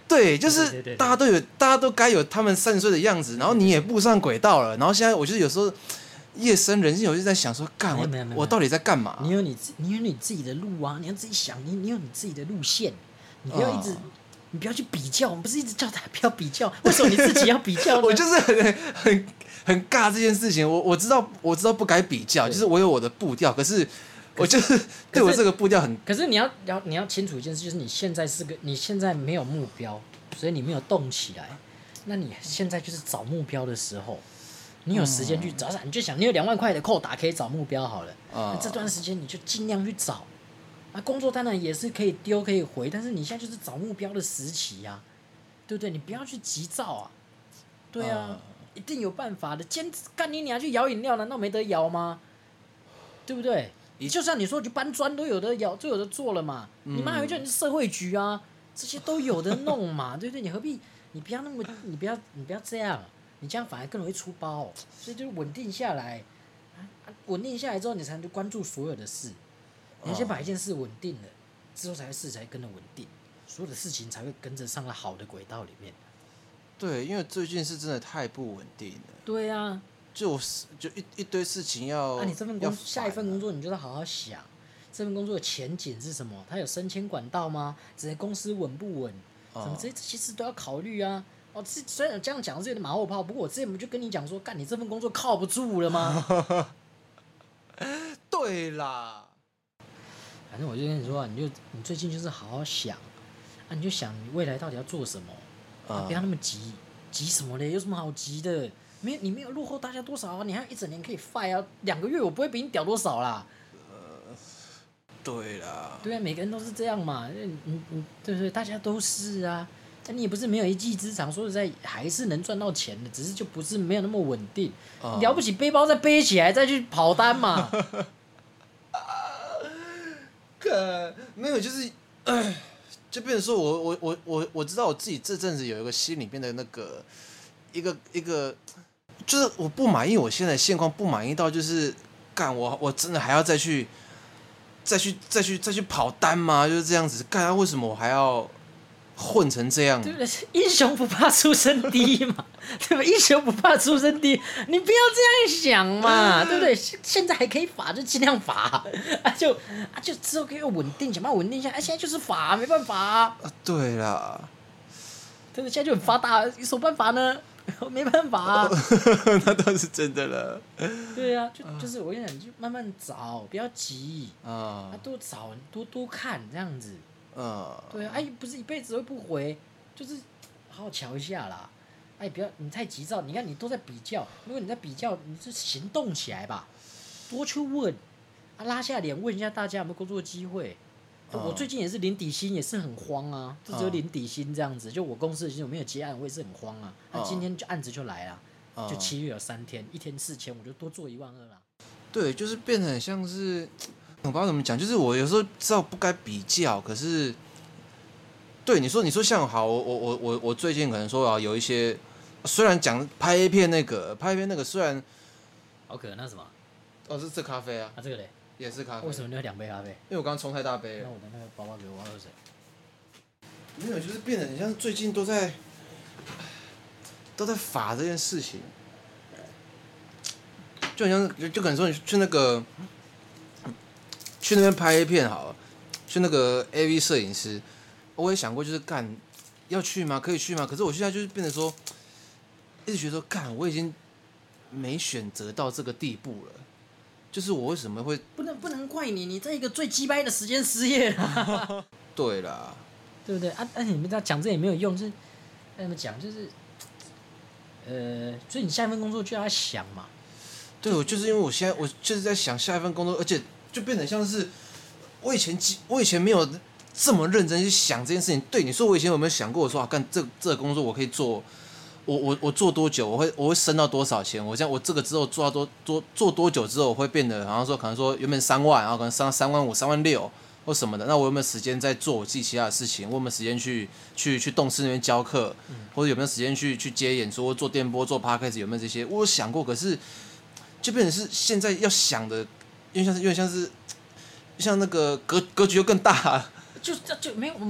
S2: 对，就是大家都有，大家都该有他们三十岁的样子，然后你也步上轨道了，然后现在我就是有时候夜深人静，我就在想说，干我我到底在干嘛？
S1: 你有你你有你自己的路啊，你要自己想，你你有你自己的路线，你不要一直。哦你不要去比较，我们不是一直叫他不要比较，为什么你自己要比较呢？
S2: 我就是很很很尬这件事情，我我知道我知道不该比较，就是我有我的步调，可是我就是对我这个步调很。
S1: 可是你要要你要清楚一件事，就是你现在是个你现在没有目标，所以你没有动起来，那你现在就是找目标的时候，你有时间去找，嗯、你就想你有两万块的扣打可以找目标好了，嗯、那这段时间你就尽量去找。啊，工作当然也是可以丢可以回，但是你现在就是找目标的时期呀、啊，对不对？你不要去急躁啊，对啊，嗯、一定有办法的。坚持干你，你还去摇饮料，难道没得摇吗？对不对？就像你说，去搬砖都有的摇，都有的做了嘛。嗯、你妈还会叫你是社會局啊，这些都有的弄嘛，对不对？你何必？你不要那么，你不要，你不要这样，你这样反而更容易出包。所以就是稳定下来，稳定下来之后，你才能关注所有的事。你先把一件事稳定了，之后才会事才会跟着稳定，所有的事情才会跟着上了好的轨道里面。
S2: 对，因为最近是真的太不稳定了。
S1: 对啊，
S2: 就就一一堆事情要。
S1: 啊，你这份工下一份工作，你就要好好想，这份工作的前景是什么？它有升迁管道吗？整个公司稳不稳？什么这些其实都要考虑啊。哦，虽然这样讲是有点马后炮，不过我之前不就跟你讲说，干你这份工作靠不住了吗？
S2: 对啦。
S1: 反正我就跟你说、啊，你就你最近就是好好想，啊，你就想你未来到底要做什么，啊，不要那么急，急什么嘞？有什么好急的？没有，你没有落后大家多少啊？你还有一整年可以 fight 啊，两个月我不会比你屌多少啦。
S2: 呃，对啦。
S1: 对啊，每个人都是这样嘛，嗯嗯，对不对？大家都是啊，但你也不是没有一技之长，说实在还是能赚到钱的，只是就不是没有那么稳定。嗯、了不起，背包再背起来再去跑单嘛。
S2: 没有，就是，就变成说我我我我我知道我自己这阵子有一个心里面的那个一个一个，就是我不满意我现在现况，不满意到就是干我我真的还要再去再去再去再去跑单吗？就是这样子干啊？为什么我还要混成这样？
S1: 对不对？英雄不怕出身低嘛，对吧？英雄不怕出身低，你不要这样想嘛，对不对？现在还可以罚就尽量罚，啊就啊就之后可以稳定，想办法稳定一下。啊，现在就是罚，没办法啊。
S2: 啊对啦，
S1: 对不对？现在就很发达，有什么办法呢？没办法啊。
S2: 那倒是真的了。
S1: 对啊，就就是我跟你讲，你就慢慢找，不要急啊，多找多多看这样子。嗯，对啊，哎，不是一辈子会不回，就是好好瞧一下啦。哎，不要你太急躁，你看你都在比较，如果你在比较，你就行动起来吧，多去问，啊，拉下脸问一下大家有没有工作机会。嗯、我最近也是领底薪，也是很慌啊，就只有领底薪这样子。就我公司的薪我没有接案，我也是很慌啊。那、嗯、今天就案子就来了，嗯、就七月有三天，一天四千，我就多做一万二啦。
S2: 对，就是变得很像是。我不知道怎么讲，就是我有时候知道不该比较，可是，对你说，你说像好，我我我我最近可能说啊，有一些虽然讲拍 A 片那个拍 A 片那个虽然，
S1: 好可那什么？
S2: 哦，是这咖啡啊？
S1: 啊，这个嘞？
S2: 也是咖啡。
S1: 为什么你有两杯咖啡？
S2: 因为我刚刚冲太大杯了。
S1: 那我的那个包包给我，我要喝水。
S2: 没有，就是变得很像最近都在都在罚这件事情，就很像就就可能说你去那个。去那边拍 A 片好了，去那个 A V 摄影师，我也想过就是干要去吗？可以去吗？可是我现在就是变成说，一直觉得说干我已经没选择到这个地步了，就是我为什么会
S1: 不能不能怪你，你在一个最鸡掰的时间失业了。
S2: 对啦，
S1: 对不对啊？而且你们这样讲这也没有用，就是怎么讲就是，呃，所以你下一份工作就要想嘛。
S2: 对，我就是因为我现在我就是在想下一份工作，而且。就变得像是我以前，我以前没有这么认真去想这件事情。对你说，我以前有没有想过？我说啊，干这这个工作我可以做，我我我做多久？我会我会升到多少钱？我这样我这个之后做到多多做多久之后，我会变得好像说可能说原本三万，然后可能升到三万五、三万六或什么的。那我有没有时间在做我自己其他的事情？我有没有时间去去去动视那边教课，或者有没有时间去去接演说、做电波、做 podcast 有没有这些？我有想过，可是就变成是现在要想的。因为像是，因为像是，像那个格格局又更大，
S1: 就就没有我们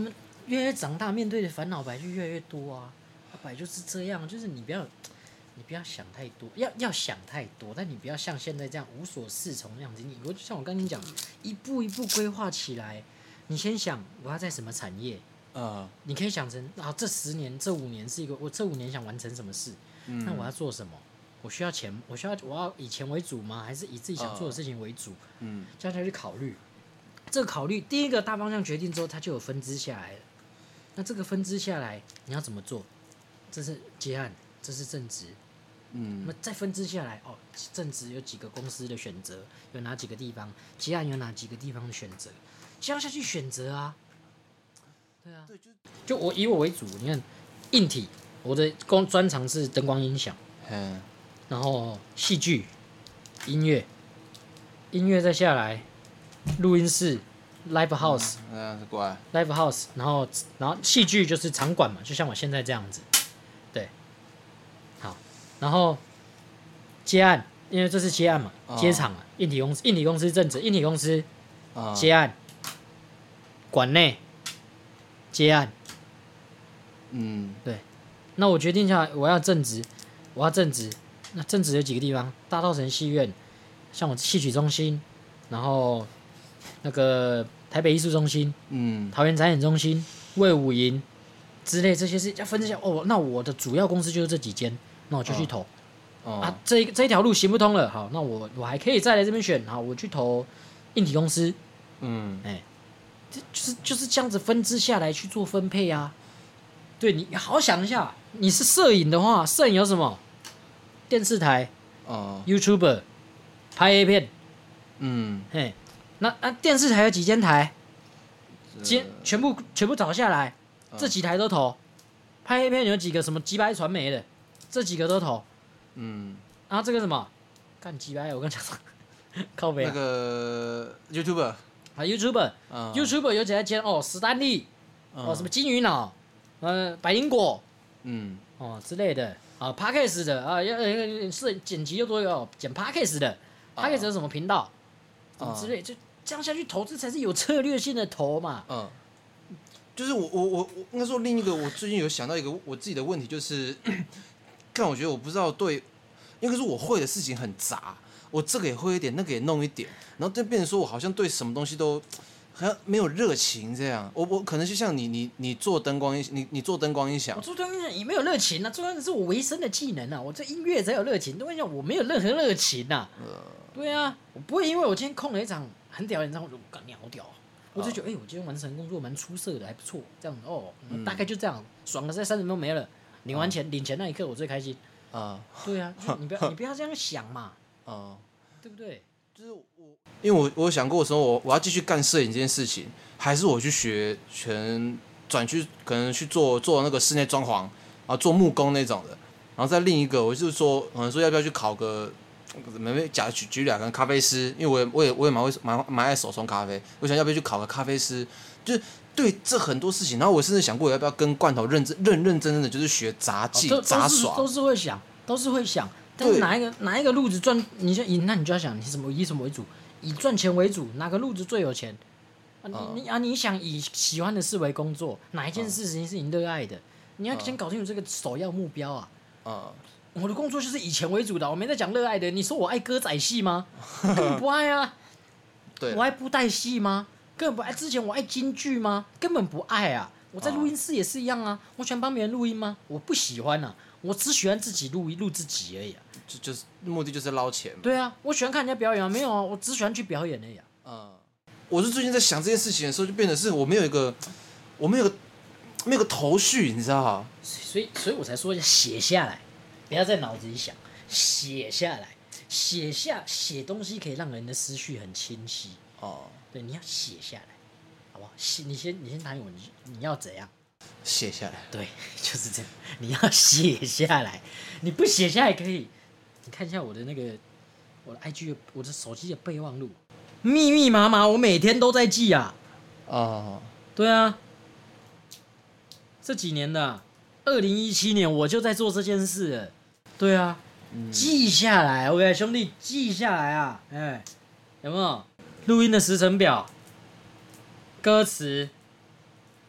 S1: 越来越长大，面对的烦恼本来就越来越多啊，本来就是这样，就是你不要。你不要想太多，要要想太多，但你不要像现在这样无所适从那样子。你我就像我刚跟你讲，一步一步规划起来。你先想我要在什么产业，
S2: 呃，
S1: 你可以想成啊，这十年、这五年是一个我这五年想完成什么事，嗯、那我要做什么？我需要钱，我需要我要以钱为主吗？还是以自己想做的事情为主？嗯，这样才去考虑。这个考虑第一个大方向决定之后，它就有分支下来了。那这个分支下来，你要怎么做？这是接案，这是正职。嗯，那再分支下来哦，正职有几个公司的选择，有哪几个地方？接案有哪几个地方的选择？这样下去选择啊，对啊，就我以我为主，你看硬体，我的工专长是灯光音响，嗯，然后戏剧、音乐，音乐再下来，录音室 ，live house，
S2: 嗯，是乖
S1: ，live house， 然后然后戏剧就是场馆嘛，就像我现在这样子，对，好。然后接案，因为这是接案嘛，哦、接场嘛，硬体公司，硬体公司正职，硬体公司、哦、接案，馆内接案，嗯，对。那我决定下来，我要正职，我要正职。那正职有几个地方？大稻埕戏院，像我戏曲中心，然后那个台北艺术中心，嗯，桃园展演中心、卫武营之类这些是要分这些哦。那我的主要公司就是这几间。那我就去投，哦、啊，这这一条路行不通了，好，那我我还可以再来这边选，好，我去投硬体公司，嗯，哎、欸，这就是就是这样子分支下来去做分配啊。对，你好好想一下，你是摄影的话，摄影有什么？电视台，哦 ，YouTuber， 拍 A 片，嗯，嘿，那那、啊、电视台有几间台？今全部全部找下来，哦、这几台都投。拍 A 片有几个什么鸡掰传媒的？这几个都投，嗯，然后这个什么，干鸡掰，我刚讲什么？靠北、啊。
S2: 那个 YouTuber
S1: 啊 ，YouTuber，YouTuber、嗯、YouTuber 有几家间哦，史丹利，嗯、哦什么金鱼脑，呃百灵果，嗯，哦之类的啊 ，Podcast 的啊，要是剪辑又多有剪 Podcast 的 ，Podcast 有什么频道，什么之类，就这样下去投资才是有策略性的投嘛。嗯，
S2: 就是我我我我应该说另一个，我最近有想到一个我自己的问题，就是。但我觉得我不知道对，应该说我会的事情很杂，我这个也会一点，那个也弄一点，然后就变成说我好像对什么东西都好像没有热情这样。我我可能就像你你你做灯光音，你你做灯光音响，
S1: 我做灯光音响也没有热情啊，做的是我维生的技能啊，我这音乐才有热情。灯光音响我没有任何热情啊。呃、对啊，我不会因为我今天空了一场很屌的演唱会，我干你好屌、啊，我就觉得哎、欸，我今天完成工作蛮出色的，还不错，这样哦，嗯、大概就这样，爽了，这三十分钟没了。领完钱，领钱那一刻我最开心。啊，对啊，你不要你不要这样想嘛。啊，对不对？
S2: 就是我，因为我我有想过说，我我要继续干摄影这件事情，还是我去学全转去可能去做做那个室内装潢，然后做木工那种的。然后再另一个，我就是说，可能说要不要去考个，没假举举两个咖啡师，因为我也我也我也蛮会蛮蛮爱手冲咖啡，我想要不要去考个咖啡师，就是。对这很多事情，然后我甚至想过要不要跟罐头认真认认真真的就是学杂技、哦、杂耍，
S1: 都是会想，都是会想。但是哪一个哪一个路子赚，你就以那你就要想，你什么以什么为主？以赚钱为主，哪个路子最有钱？啊、你、嗯、你啊，你想以喜欢的事为工作，哪一件事情是你热爱的？你要先搞清楚这个首要目标啊。啊、嗯，我的工作就是以钱为主的，我没在讲热爱的。你说我爱歌仔戏吗？根本不爱啊。对，我爱布袋戏吗？根本不爱。之前我爱京剧吗？根本不爱啊！我在录音室也是一样啊。我喜欢帮别人录音吗？我不喜欢啊。我只喜欢自己录录自己而已啊。
S2: 就就是目的就是捞钱嘛。
S1: 对啊，我喜欢看人家表演啊，没有啊，我只喜欢去表演而已啊。
S2: 嗯，我是最近在想这件事情的时候，就变得是我没有一个，我没有个没有个头绪，你知道吗？
S1: 所以所以我才说要写下来，不要在脑子里想，写下来，写下写东西可以让人的思绪很清晰。哦。对，你要写下来，好不好？写，你先，你先谈我，你你要怎样？
S2: 写下来。
S1: 对，就是这样。你要写下来，你不写下来可以。你看一下我的那个，我的 I G， 我的手机的备忘录，密密麻麻，我每天都在记啊。哦。对啊。这几年的，二零一七年我就在做这件事了。对啊。嗯、记下来 ，OK， 兄弟，记下来啊！哎，有没有？录音的时程表、歌词、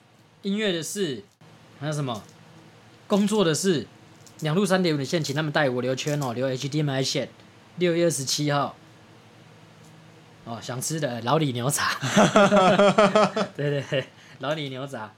S1: 音乐的事，还有什么工作的事，两路三点五的线，请他们带我留圈哦，留 H D M I 线，六月二十七号。哦，想吃的老李牛杂，对对对，老李牛杂，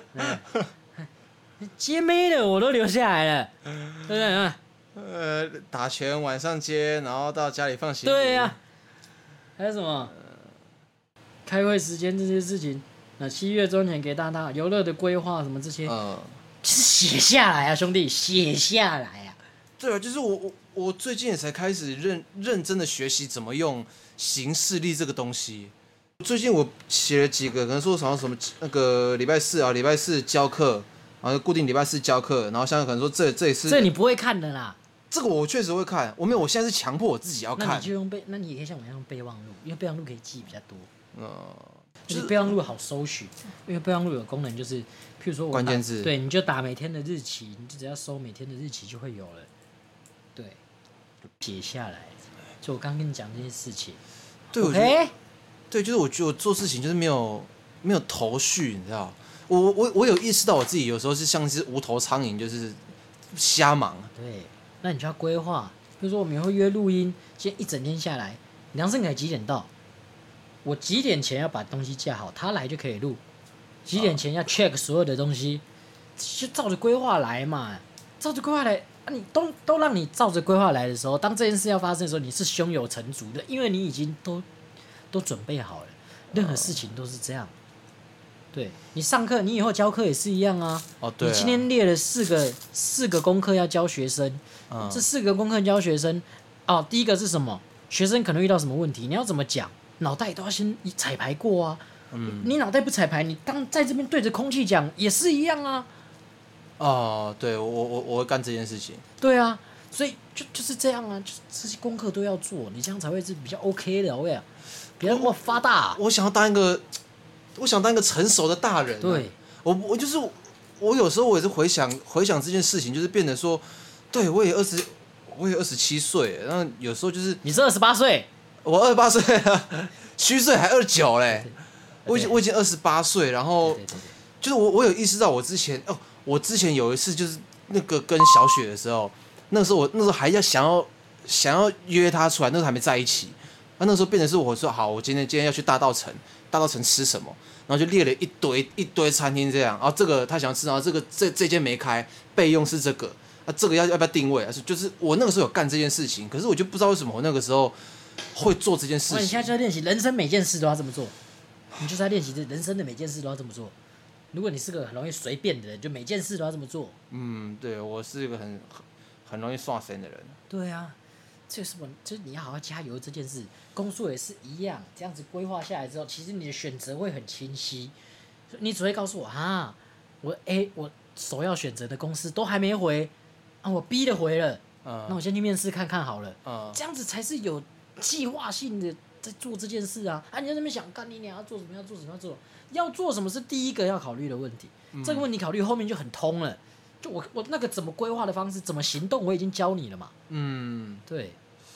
S1: 接妹的我都留下来了，对不对？
S2: 呃，打拳晚上接，然后到家里放行李。
S1: 对呀、啊，还有什么？开会时间这些事情，那七月中前给大大游乐的规划什么这些，嗯，就是写下来啊，兄弟，写下来啊。
S2: 对啊，就是我我我最近也才开始认认真的学习怎么用行事历这个东西。最近我写了几个，可能说什么什么那个礼拜四啊，礼拜四教课，然后固定礼拜四教课，然后像可能说这这也是
S1: 这你不会看的啦。
S2: 这个我确实会看，我没有，我现在是强迫我自己要看。
S1: 那你就用备，那你也可以像我一样用备忘录，因为备忘录可以记比较多。
S2: 嗯，
S1: 就是备忘录好搜寻，因为备忘录有功能就是，譬如说我
S2: 关键字，
S1: 对，你就打每天的日期，你就只要搜每天的日期就会有了。对，写下来。就我刚跟你讲这些事情。
S2: 对，我觉得， okay? 对，就是我觉得我做事情就是没有没有头绪，你知道？我我我有意识到我自己有时候是像是无头苍蝇，就是瞎忙。
S1: 对。那你就要规划，比如说我们会约录音，今天一整天下来，梁胜凯几点到？我几点前要把东西架好，他来就可以录。几点前要 check 所有的东西，就照着规划来嘛。照着规划来，啊、你都都让你照着规划来的时候，当这件事要发生的时候，你是胸有成竹的，因为你已经都都准备好了。任何事情都是这样。对，你上课，你以后教课也是一样啊。
S2: 哦，对啊。
S1: 你今天列了四个四个功课要教学生，嗯、这四个功课教学生，哦，第一个是什么？学生可能遇到什么问题？你要怎么讲？脑袋都要先彩排过啊。嗯。你脑袋不彩排，你当在这边对着空气讲也是一样啊。
S2: 哦，对，我我我会干这件事情。
S1: 对啊，所以就就是这样啊，就这些功课都要做，你这样才会是比较 OK 的，喂，别让我发大、啊
S2: 我。我想要当一个。我想当一个成熟的大人、啊。
S1: 对，
S2: 我我就是我有时候我也是回想回想这件事情，就是变得说，对我也二十，我也二十七岁，然后有时候就是
S1: 你是二十八岁，
S2: 我二十八岁了，虚岁还二十九嘞，我已经我已经二十八岁，然后就是我我有意识到我之前哦，我之前有一次就是那个跟小雪的时候，那时候我那时候还要想要想要约她出来，那时候还没在一起，那那时候变成是我说好，我今天今天要去大稻埕。大稻埕吃什么？然后就列了一堆一堆餐厅这样，然后这个他想要吃，然后这个这这间没开，备用是这个，啊这个要要不要定位？就是我那个时候有干这件事情，可是我就不知道为什么我那个时候会做这件事情。
S1: 你现在就在练习人生每件事都要这么做，你就是在练习人生的每件事都要这么做。如果你是个很容易随便的人，就每件事都要这么做。
S2: 嗯，对，我是一个很很容易刷神的人。
S1: 对啊。这什么？就是你要好好加油这件事，工作也是一样，这样子规划下来之后，其实你的选择会很清晰。你只会告诉我啊，我 A 我首要选择的公司都还没回啊，我 B 的回了，嗯、那我先去面试看看好了，嗯、这样子才是有计划性的在做这件事啊。啊，你在那边想，干你娘要做什么？要做什么？要做要做什么是第一个要考虑的问题。嗯、这个问题考虑后面就很通了。就我我那个怎么规划的方式，怎么行动，我已经教你了嘛。嗯，对。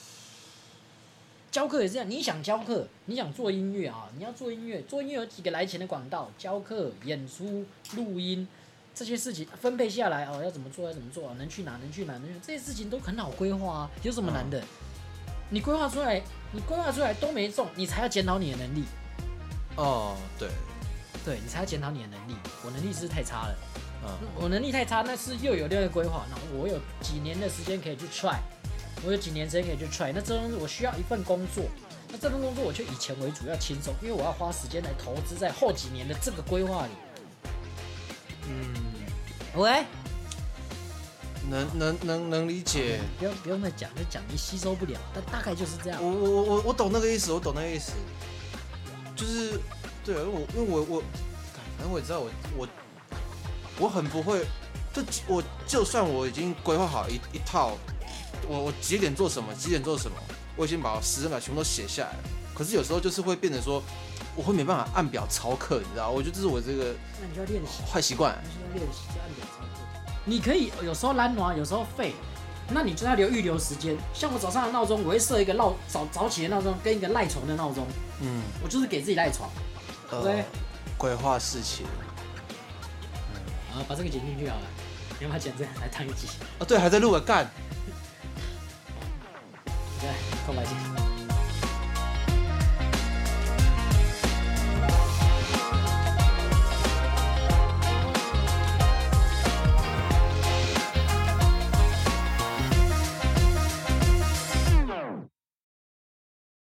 S1: 教课也是这样，你想教课，你想做音乐啊，你要做音乐，做音乐有几个来钱的管道，教课、演出、录音这些事情分配下来哦，要怎么做要怎么做、啊，能去哪能去哪能去哪，这些事情都很好规划啊，有什么难的？哦、你规划出来，你规划出来都没中，你才要检讨你的能力。
S2: 哦，对，
S1: 对你才要检讨你的能力，我能力是不是太差了？嗯、我能力太差，那是又有另外一个规划，那我有几年的时间可以去 try。我有几年时间可以去 try， 那这东西我需要一份工作，那这份工作我就以钱为主，要轻松，因为我要花时间来投资在后几年的这个规划里。嗯，喂，
S2: 能能能能理解，
S1: 不用不用再讲，再讲你吸收不了，但大概就是这样。
S2: 我我我我懂那个意思，我懂那个意思，就是对啊，我因为我我反正我也知道我我我很不会，就我就算我已经规划好一一套。我我几点做什么，几点做什么，我已经把时间表全部都写下来了。可是有时候就是会变成说，我会没办法按表操课，你知道？我觉得这是我这个
S1: 那你就要练习
S2: 坏习惯。
S1: 你就要练习按表操课。你可以有时候懒惰，有时候废，那你就要留预留时间。像我早上的闹钟，我会设一个闹早早起的闹钟，跟一个赖床的闹钟。嗯，我就是给自己赖床。
S2: 对、呃，规划事情。
S1: 好，把这个剪进去好了。你要把它剪这样来当一集。
S2: 哦，对，还在录啊，干。
S1: 来，空白键。